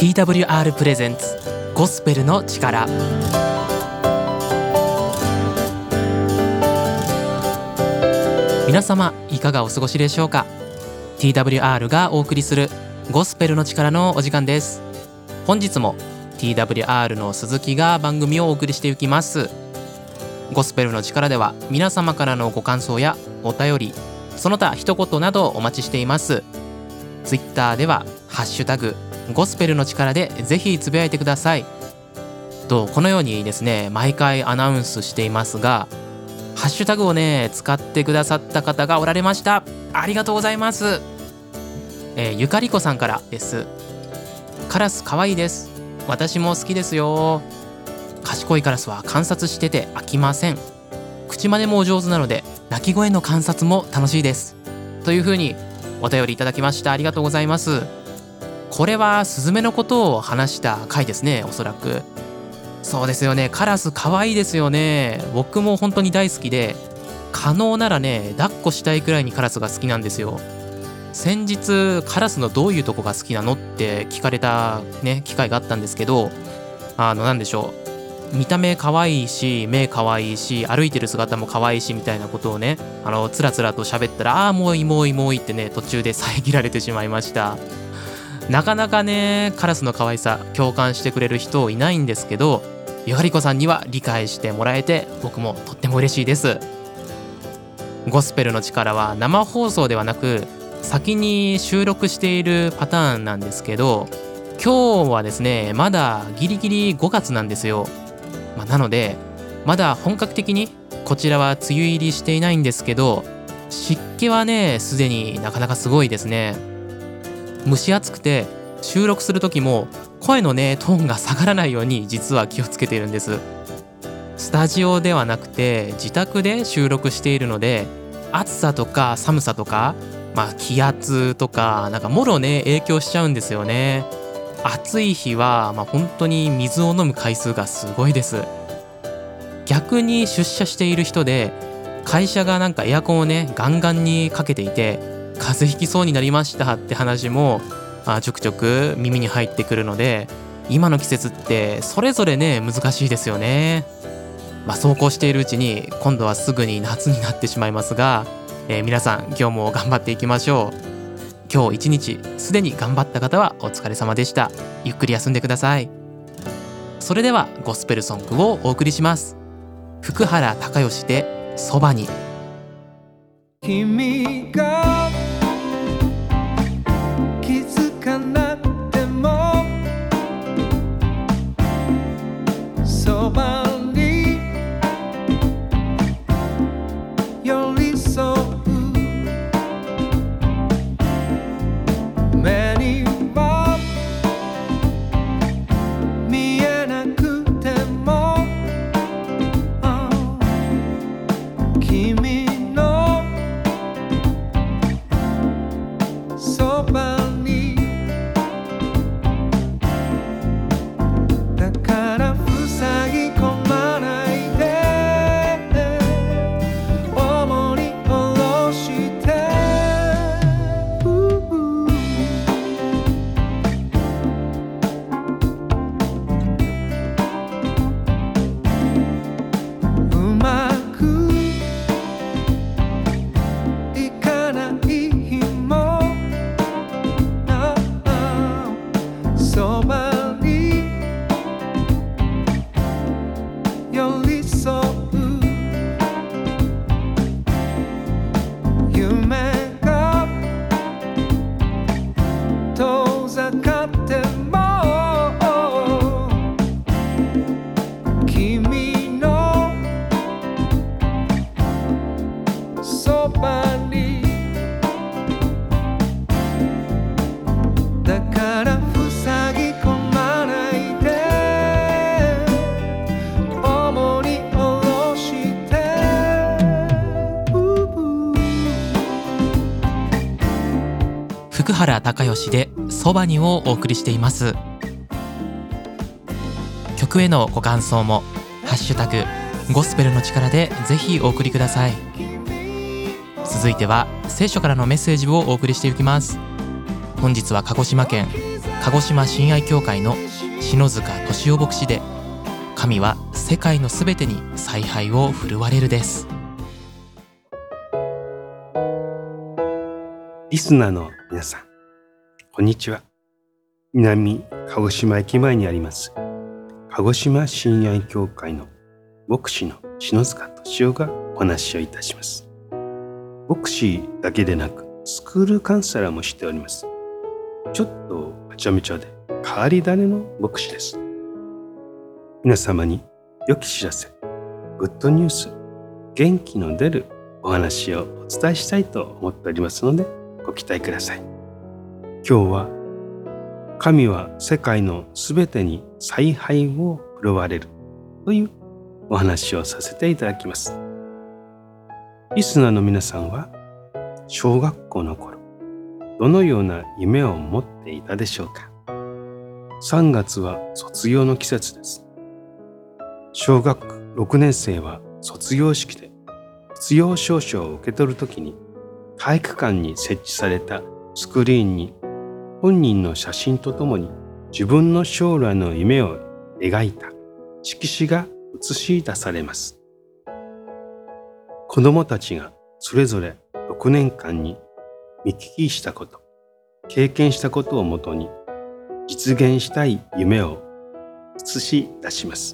TWR プレゼンツゴスペルの力。皆様いかがお過ごしでしょうか。 TWR がお送りするゴスペルの力のお時間です。本日も TWR の鈴木が番組をお送りしていきます。ゴスペルの力では皆様からのご感想やお便り、その他一言などお待ちしています。ツイッターではハッシュタグゴスペルの力でぜひつぶやいてください。このようにですね、毎回アナウンスしていますが、ハッシュタグをね使ってくださった方がおられました。ありがとうございます。ゆかりこさんからです。カラスかわいいです。私も好きですよ。賢いカラスは観察してて飽きません。口真似もお上手なので鳴き声の観察も楽しいです、というふうにお便りいただきました。ありがとうございます。これはスズメのことを話した回ですね、おそらく。そうですよね、カラスかわいいですよね。僕も本当に大好きで、可能ならね抱っこしたいくらいにカラスが好きなんですよ。先日カラスのどういうとこが好きなのって聞かれたね機会があったんですけど、なんでしょう、見た目可愛いし目可愛いし歩いてる姿も可愛いしみたいなことをねつらつらと喋ったら、もういってね途中で遮られてしまいました。なかなかねカラスの可愛さ共感してくれる人いないんですけど、ゆかりこさんには理解してもらえて僕もとっても嬉しいです。ゴスペルの力は生放送ではなく先に収録しているパターンなんですけど、今日はですねまだギリギリ5月なんですよ。なのでまだ本格的にこちらは梅雨入りしていないんですけど、湿気はねすでになかなかすごいですね。蒸し暑くて収録する時も声のねトーンが下がらないように実は気をつけているんです。スタジオではなくて自宅で収録しているので、暑さとか寒さとか、気圧とかもろね影響しちゃうんですよね。暑い日は本当に水を飲む回数がすごいです。逆に出社している人で会社がエアコンをねガンガンにかけていて風邪ひきそうになりましたって話もちょくちょく耳に入ってくるので、今の季節ってそれぞれね難しいですよね。そうこうしているうちに今度はすぐに夏になってしまいますが、皆さん今日も頑張っていきましょう。今日一日すでに頑張った方はお疲れ様でした。ゆっくり休んでください。それではゴスペルソングをお送りします。福原孝義でそばに。 君が気づかなくてもそばに寄り添う。目には見えなくても君のそばに。だから塞ぎ込まないで重り下ろしてうまくいかない日もそばに寄り添う。夢が遠ざかっても君のそばに。だから塞ぎ込まないで重り下ろして福原孝義でそばにをお送りしています。曲へのご感想もハッシュタグゴスペルの力でぜひお送りください。続いては聖書からのメッセージをお送りしていきます。本日は鹿児島県鹿児島親愛協会の篠塚俊夫牧師で、神は世界のすべてに采配を振るわれるです。 リスナーの皆さん、こんにちは。南鹿児島駅前にあります鹿児島親愛協会の牧師の篠塚俊夫がお話をいたします。牧師だけでなくスクールカウンセラーもしております。ちょっとめちゃめちゃで変わり種の牧師です。皆様に良き知らせ、グッドニュース、元気の出るお話をお伝えしたいと思っておりますのでご期待ください。今日は神は世界のすべてに采配を振るわれるというお話をさせていただきます。リスナーの皆さんは小学校の頃、どのような夢を持っていたでしょうか。3月は卒業の季節です。小学6年生は卒業式で卒業証書を受け取るときに、体育館に設置されたスクリーンに本人の写真とともに自分の将来の夢を描いた色紙が映し出されます。子どもたちがそれぞれ6年間に見聞きしたこと、経験したことをもとに実現したい夢を映し出します。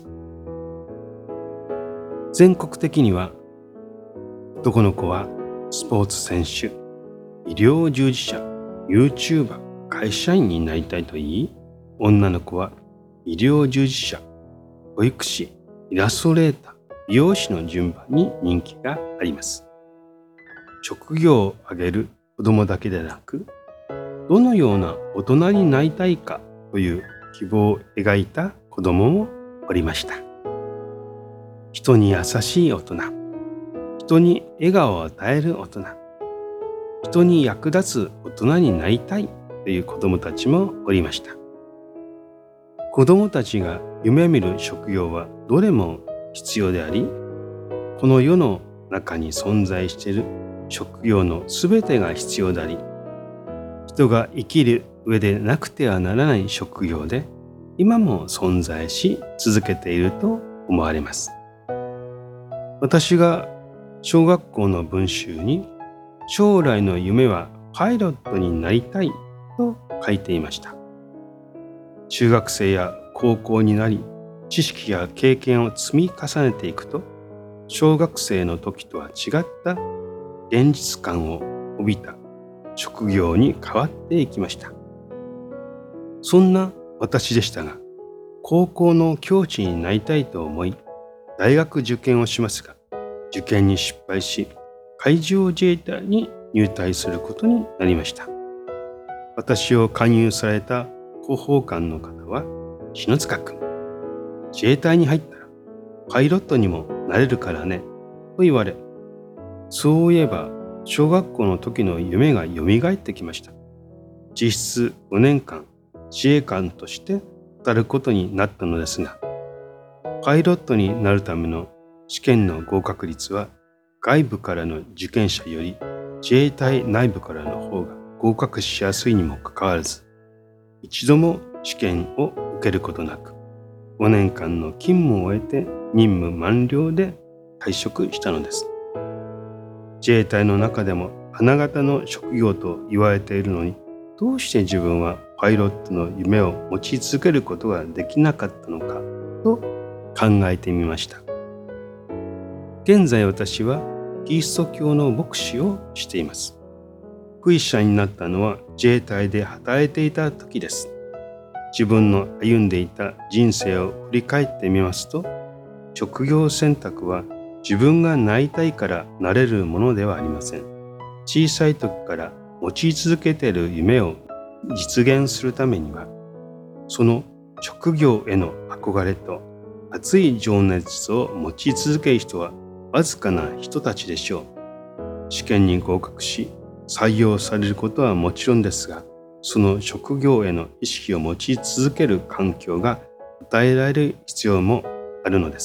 全国的には、男の子はスポーツ選手、医療従事者、YouTuber、会社員になりたいと言い、女の子は医療従事者、保育士、イラストレーター、美容師の順番に人気があります。職業を挙げる子供だけでなく、どのような大人になりたいかという希望を描いた子供もおりました。人に優しい大人、人に笑顔を与える大人、人に役立つ大人になりたいという子供たちもおりました。子供たちが夢見る職業はどれも必要であり、この世の中に存在している職業のすべてが必要であり、人が生きる上でなくてはならない職業で、今も存在し続けていると思われます。私が小学校の文集に、将来の夢はパイロットになりたいと書いていました。中学生や高校になり、知識や経験を積み重ねていくと、小学生の時とは違った現実感を帯びた職業に変わっていきました。そんな私でしたが、高校の教師になりたいと思い、大学受験をしますが、受験に失敗し、海上自衛隊に入隊することになりました。私を勧誘された広報官の方は、篠塚君、自衛隊に入ったらパイロットにもなれるからね、と言われ、そういえば小学校の時の夢がよみがえってきました。実質5年間自衛官として働くことになったのですが、パイロットになるための試験の合格率は外部からの受験者より自衛隊内部からの方が合格しやすいにもかかわらず、一度も試験を受けることなく、5年間の勤務を終えて任務満了で退職したのです。自衛隊の中でも花形の職業と言われているのに、どうして自分はパイロットの夢を持ち続けることができなかったのかと考えてみました。現在私はキリスト教の牧師をしています。クリスチャンになったのは自衛隊で働いていた時です。自分の歩んでいた人生を振り返ってみますと、職業選択は自分がなりたいからなれるものではありません。小さい時から持ち続けている夢を実現するためには、その職業への憧れと熱い情熱を持ち続ける人はわずかな人たちでしょう。試験に合格し採用されることはもちろんですが、その職業への意識を持ち続ける環境が与えられる必要もあるのです。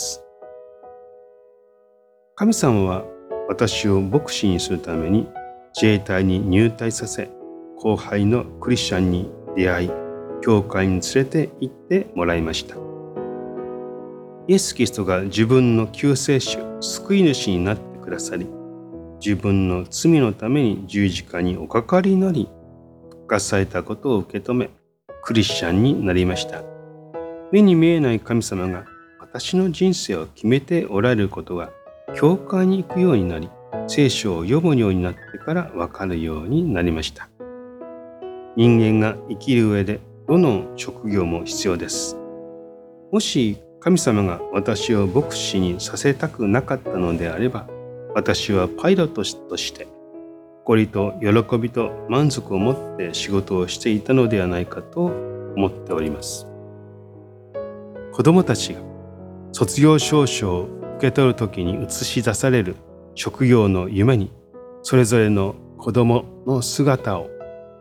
神様は私を牧師にするために自衛隊に入隊させ、後輩のクリスチャンに出会い、 教会に連れて行ってもらいました。イエス・キリストが自分の救世主、救い主になってくださり、自分の罪のために十字架におかかりになり、復活されたことを受け止め、クリスチャンになりました。目に見えない神様が私の人生を決めておられることが、教会に行くようになり、聖書を読むようになってから分かるようになりました。人間が生きる上でどの職業も必要です。もし神様が私を牧師にさせたくなかったのであれば、私はパイロットとして誇りと喜びと満足を持って仕事をしていたのではないかと思っております。子供たちが卒業証書を受け取るときに映し出される職業の夢に、それぞれの子供の姿を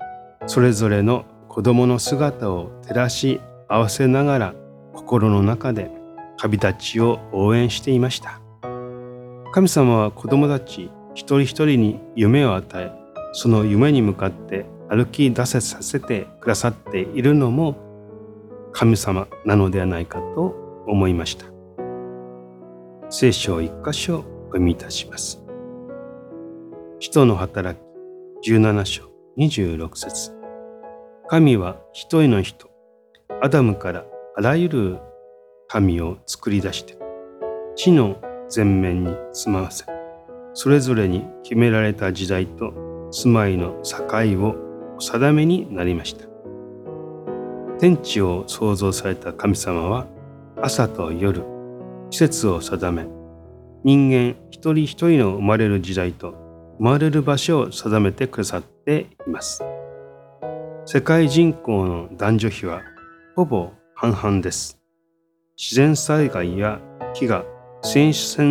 照らし合わせながら、心の中で旅立ちを応援していました。神様は子供たち一人一人に夢を与え、その夢に向かって歩き出させてくださっているのも神様なのではないかと思いました。聖書を一箇所お読みいたします。使徒の働き17章26節。神は一人の人、アダムからあらゆる民を作り出して、地の全面に住まわせ、それぞれに決められた時代と住まいの境をお定めになりました。天地を創造された神様は、朝と夜、季節を定め、人間一人一人の生まれる時代と生まれる場所を定めてくださっています。世界人口の男女比はほぼ半々です。自然災害や飢餓、戦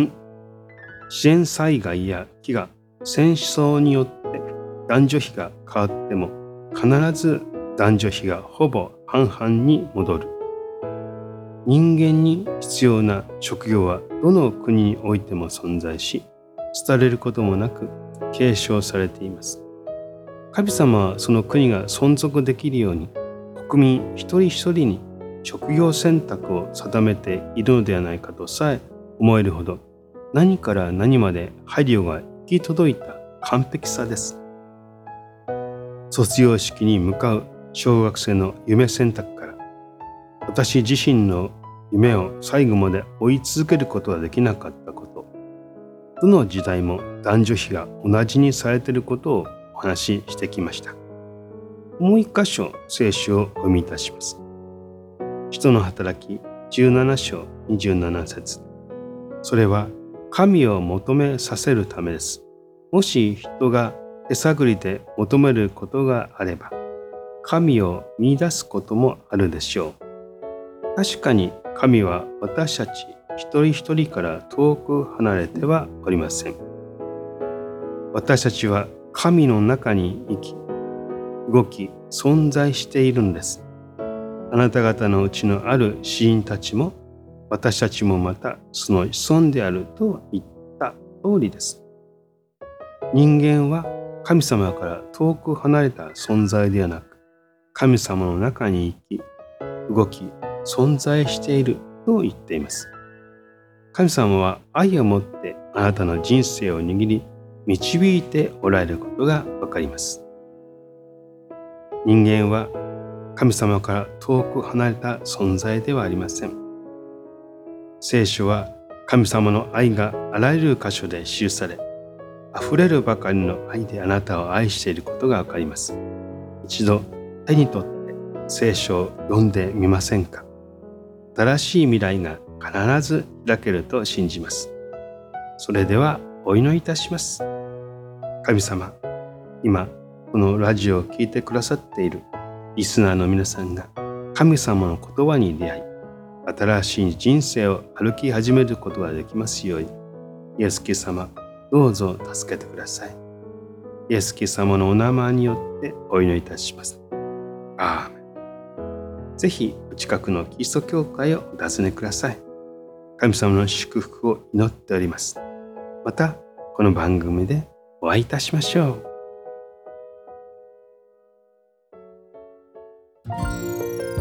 争によって男女比が変わっても、必ず男女比がほぼ半々に戻る。人間に必要な職業はどの国においても存在し、廃れることもなく継承されています。神様はその国が存続できるように、国民一人一人に職業選択を定めているのではないかとさえ思えるほど、何から何まで配慮が行き届いた完璧さです。卒業式に向かう小学生の夢選択から、私自身の夢を最後まで追い続けることができなかったこと、どの時代も男女比が同じにされていることをお話ししてきました。もう一箇所聖書をお読みいたします。使徒の働き17章27節。それは神を求めさせるためです。もし人が手探りで求めることがあれば、神を見出すこともあるでしょう。確かに神は私たち一人一人から遠く離れてはおりません。私たちは神の中に生き、動き、存在しているんです。あなた方のうちのある詩人たちも、私たちもまたその子孫であると言った通りです。人間は神様から遠く離れた存在ではなく、神様の中に生き、動き、存在していると言っています。神様は愛を持ってあなたの人生を握り、導いておられることがわかります。人間は神様から遠く離れた存在ではありません。聖書は神様の愛があらゆる箇所で記され、溢れるばかりの愛であなたを愛していることがわかります。一度手に取って聖書を読んでみませんか。新しい未来が必ず開けると信じます。それではお祈りいたします。神様、今このラジオを聞いてくださっているリスナーの皆さんが神様の言葉に出会い、新しい人生を歩き始めることができますように、イエス・キリスト様、どうぞ助けてください。イエス・キリスト様のお名前によってお祈りいたします。アーメン。ぜひお近くのキリスト教会をお訪ねください。神様の祝福を祈っております。またこの番組でお会いいたしましょう。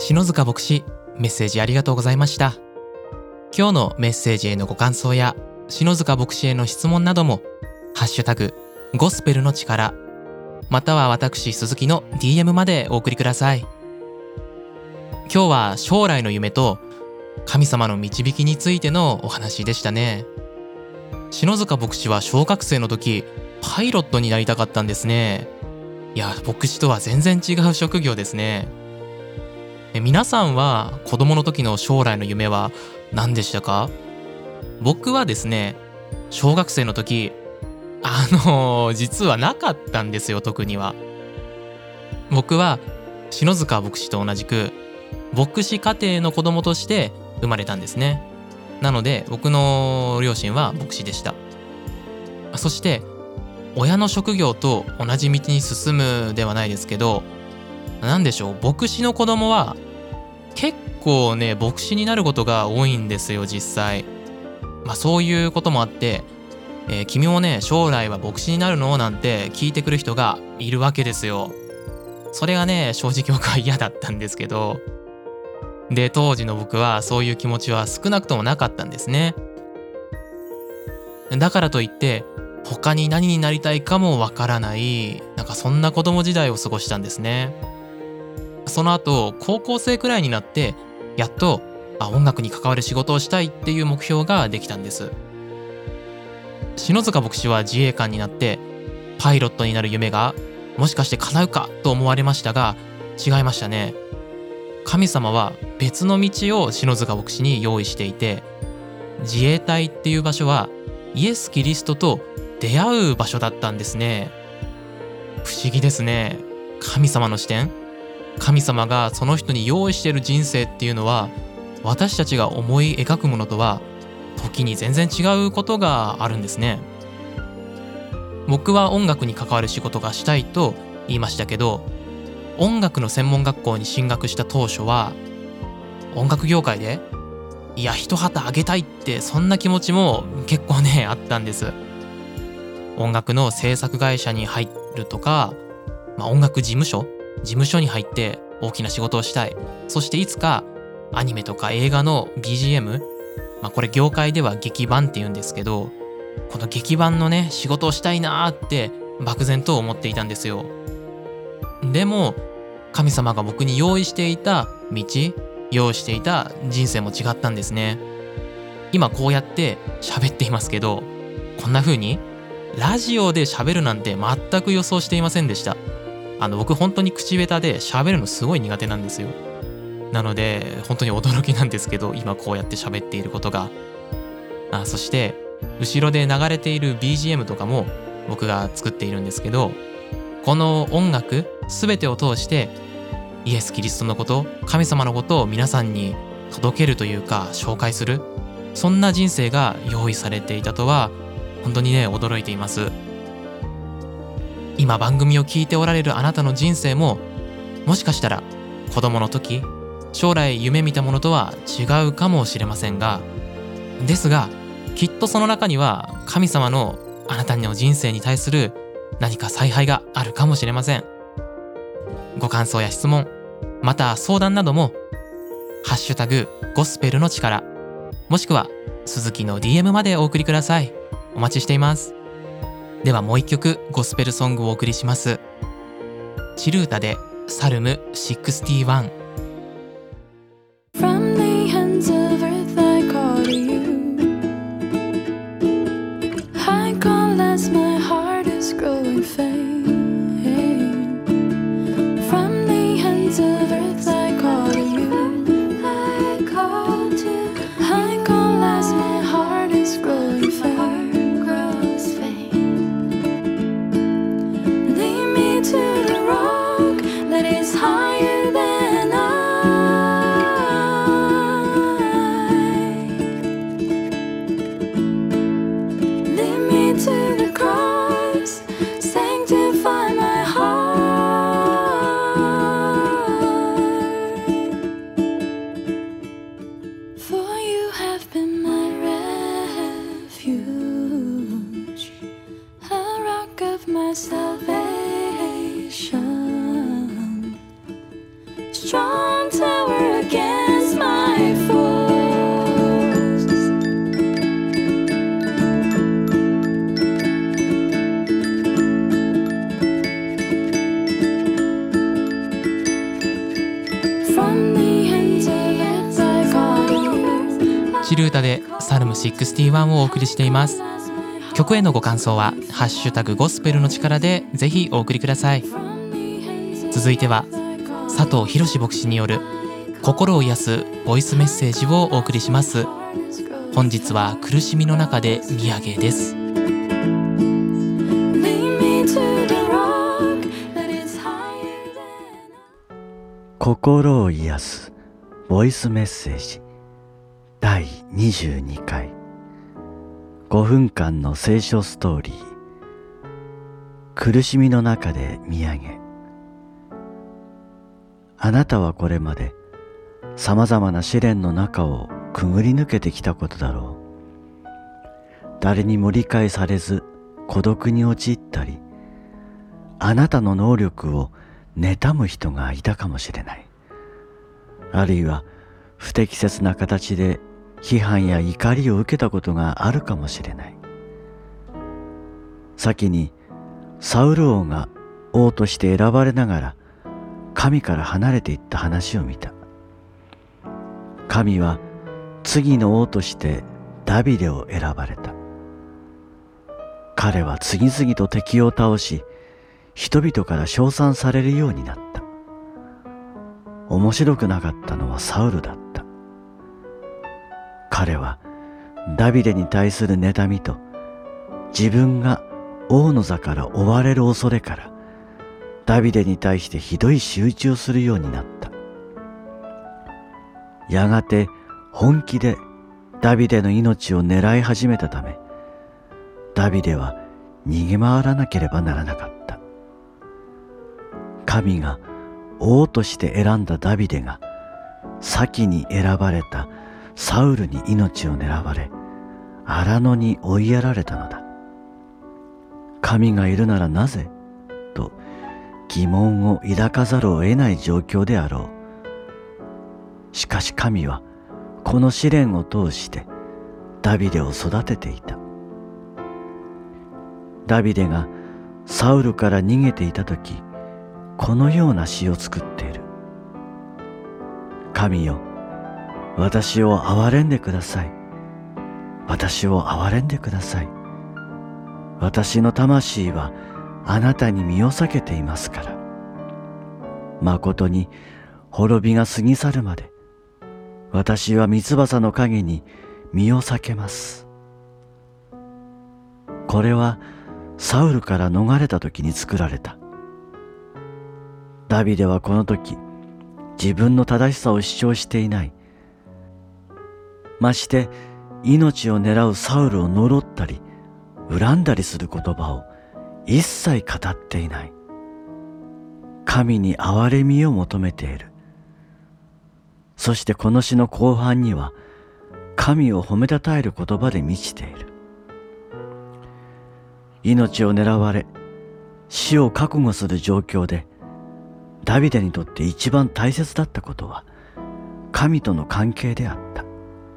篠塚牧師、メッセージありがとうございました。今日のメッセージへのご感想や篠塚牧師への質問などもハッシュタグゴスペルの力、または私鈴木の DM までお送りください。今日は将来の夢と神様の導きについてのお話でしたね。篠塚牧師は小学生の時パイロットになりたかったんですね。いや、牧師とは全然違う職業ですね。皆さんは子供の時の将来の夢は何でしたか？僕はですね、小学生の時実はなかったんですよ。特には。僕は篠塚牧師と同じく牧師家庭の子供として生まれたんですね。なので僕の両親は牧師でした。そして親の職業と同じ道に進むではないですけど、なんでしょう、牧師の子供は結構ね、牧師になることが多いんですよ、実際。そういうこともあって、君もね、将来は牧師になるのなんて聞いてくる人がいるわけですよ。それがね、正直僕は嫌だったんですけど、で、当時の僕はそういう気持ちは少なくともなかったんですね。だからといって他に何になりたいかもわからない、そんな子供時代を過ごしたんですね。その後高校生くらいになってやっと音楽に関わる仕事をしたいっていう目標ができたんです。篠塚牧師は自衛官になってパイロットになる夢がもしかして叶うかと思われましたが、違いましたね。神様は別の道を篠塚牧師に用意していて、自衛隊っていう場所はイエス・キリストと出会う場所だったんですね。不思議ですね。神様の視点、神様がその人に用意している人生っていうのは私たちが思い描くものとは時に全然違うことがあるんですね。僕は音楽に関わる仕事がしたいと言いましたけど、音楽の専門学校に進学した当初は音楽業界で一旗あげたいって、そんな気持ちも結構ねあったんです。音楽の制作会社に入るとか、音楽事務所に入って大きな仕事をしたい。そしていつかアニメとか映画の BGM、これ業界では劇伴って言うんですけど、この劇伴のね仕事をしたいなーって漠然と思っていたんですよ。でも神様が僕に用意していた道、用意していた人生も違ったんですね。今こうやって喋っていますけど、こんな風にラジオで喋るなんて全く予想していませんでした。僕本当に口下手で喋るのすごい苦手なんですよ。なので本当に驚きなんですけど、今こうやって喋っていることが。そして後ろで流れている BGM とかも僕が作っているんですけど、この音楽全てを通してイエス・キリストのこと、神様のことを皆さんに届けるというか紹介する、そんな人生が用意されていたとは本当にね驚いています。今番組を聞いておられるあなたの人生も、もしかしたら子供の時将来夢見たものとは違うかもしれませんが、ですがきっとその中には神様のあなたの人生に対する何か采配があるかもしれません。ご感想や質問、また相談などもハッシュタグゴスペルの力、もしくは鈴木の DM までお送りください。お待ちしています。ではもう一曲ゴスペルソングをお送りします。チルータでサルム61。 From the ends of earth I call to you. I call as my heart is growing faint. From the ends of earth I call to you. I call as my heart is growing faint. Lead me to the rock that is higher than Lead me to the cross, sanctify my heart. For you have been my refuge, a rock of my salvation, strong tower しる歌でサルム61をお送りしています。曲へのご感想はハッシュタグゴスペルの力でぜひお送りください。続いては佐藤博牧師による心を癒すボイスメッセージをお送りします。本日は苦しみの中で見上げです。 心を癒すボイスメッセージ第22回5分間の聖書ストーリー、苦しみの中で見上げ。あなたはこれまでさまざまな試練の中をくぐり抜けてきたことだろう。誰にも理解されず孤独に陥ったり、あなたの能力を妬む人がいたかもしれない。あるいは不適切な形で批判や怒りを受けたことがあるかもしれない。先にサウル王が王として選ばれながら神から離れていった話を見た。神は次の王としてダビデを選ばれた。彼は次々と敵を倒し、人々から称賛されるようになった。面白くなかったのはサウルだった。彼はダビデに対する妬みと自分が王の座から追われる恐れからダビデに対してひどい仕打ちをするようになった。やがて本気でダビデの命を狙い始めたため、ダビデは逃げ回らなければならなかった。神が王として選んだダビデが先に選ばれたサウルに命を狙われ、荒野に追いやられたのだ。神がいるならなぜと疑問を抱かざるを得ない状況であろう。しかし神はこの試練を通してダビデを育てていた。ダビデがサウルから逃げていたとき、このような詩を作っている。神よ、私を憐れんでください。私を憐れんでください。私の魂はあなたに身を避けていますから。まことに滅びが過ぎ去るまで、私は三翼の陰に身を避けます。これはサウルから逃れた時に作られた。ダビデはこの時、自分の正しさを主張していない。まして命を狙うサウルを呪ったり恨んだりする言葉を一切語っていない。神に憐れみを求めている。そしてこの詩の後半には神を褒めたたえる言葉で満ちている。命を狙われ死を覚悟する状況でダビデにとって一番大切だったことは神との関係であった。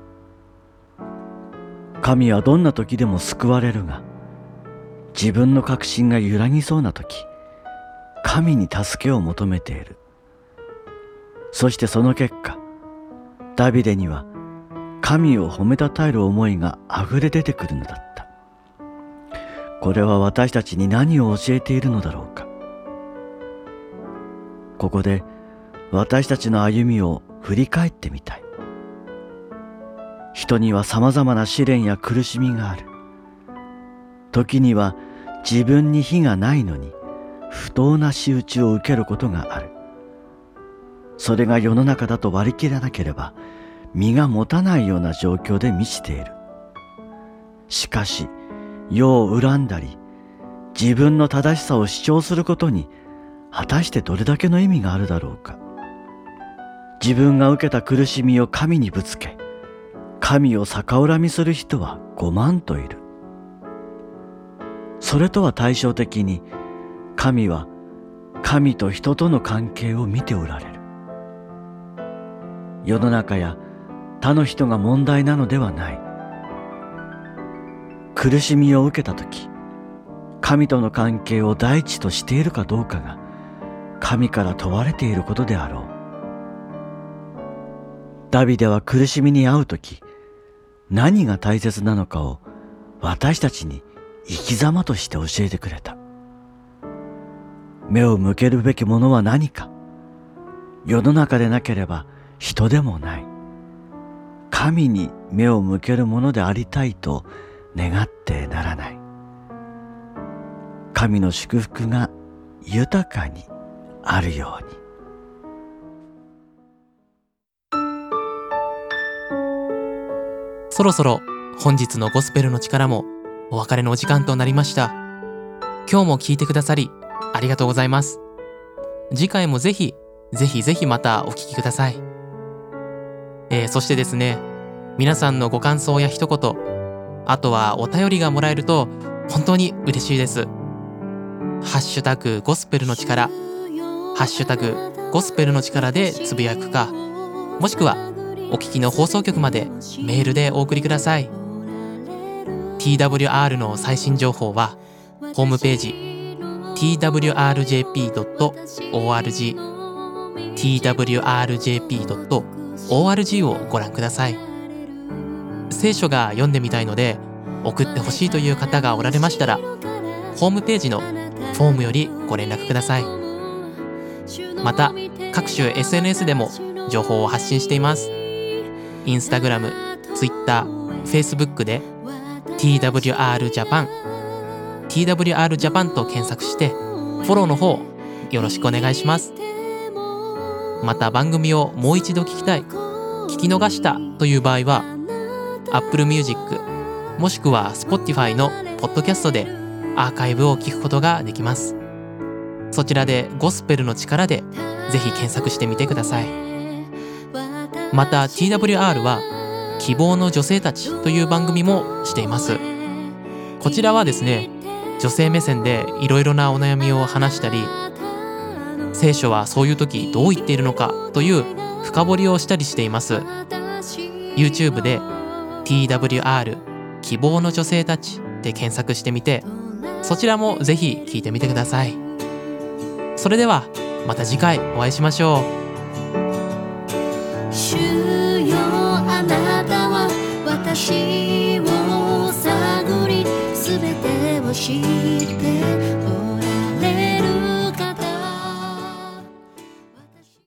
神はどんな時でも救われるが、自分の確信が揺らぎそうな時、神に助けを求めている。そしてその結果、ダビデには神を褒めたたえる思いがあふれ出てくるのだった。これは私たちに何を教えているのだろうか。ここで私たちの歩みを振り返ってみたい。人にはさまざまな試練や苦しみがある。時には自分に非がないのに不当な仕打ちを受けることがある。それが世の中だと割り切らなければ身が持たないような状況で満ちている。しかし世を恨んだり自分の正しさを主張することに果たしてどれだけの意味があるだろうか。自分が受けた苦しみを神にぶつけ、神を逆恨みする人は5万といる。それとは対照的に、神は神と人との関係を見ておられる。世の中や他の人が問題なのではない。苦しみを受けたとき、神との関係を第一としているかどうかが神から問われていることであろう。ダビデは苦しみに遭うとき、 何が大切なのかを私たちに生き様として教えてくれた。目を向けるべきものは何か。世の中でなければ人でもない。神に目を向けるものでありたいと願ってならない。神の祝福が豊かにあるように。 そろそろ本日のゴスペルの力もお別れのお時間となりました。今日も聞いてくださりありがとうございます。次回もぜひまたお聞きください。そしてですね、皆さんのご感想や一言、あとはお便りがもらえると本当に嬉しいです。ハッシュタグゴスペルの力、ハッシュタグゴスペルの力でつぶやくか、もしくはお聞きの放送局までメールでお送りください。 TWR の最新情報はホームページ twrjp.org twrjp.org をご覧ください。聖書が読んでみたいので送ってほしいという方がおられましたら、ホームページのフォームよりご連絡ください。また各種 SNS でも情報を発信しています。インスタグラム、ツイッター、フェイスブックで TWR Japan と検索してフォローの方よろしくお願いします。また番組をもう一度聞きたい、聞き逃したという場合は Apple Music もしくは Spotify のポッドキャストでアーカイブを聞くことができます。そちらでゴスペルの力でぜひ検索してみてください。また TWR は希望の女性たちという番組もしています。こちらはですね、女性目線でいろいろなお悩みを話したり、聖書はそういう時どう言っているのかという深掘りをしたりしています。 YouTube で TWR 希望の女性たちで検索してみて、そちらもぜひ聞いてみてください。それではまた次回お会いしましょう。 主よ、あなたは私を探り、すべてを知って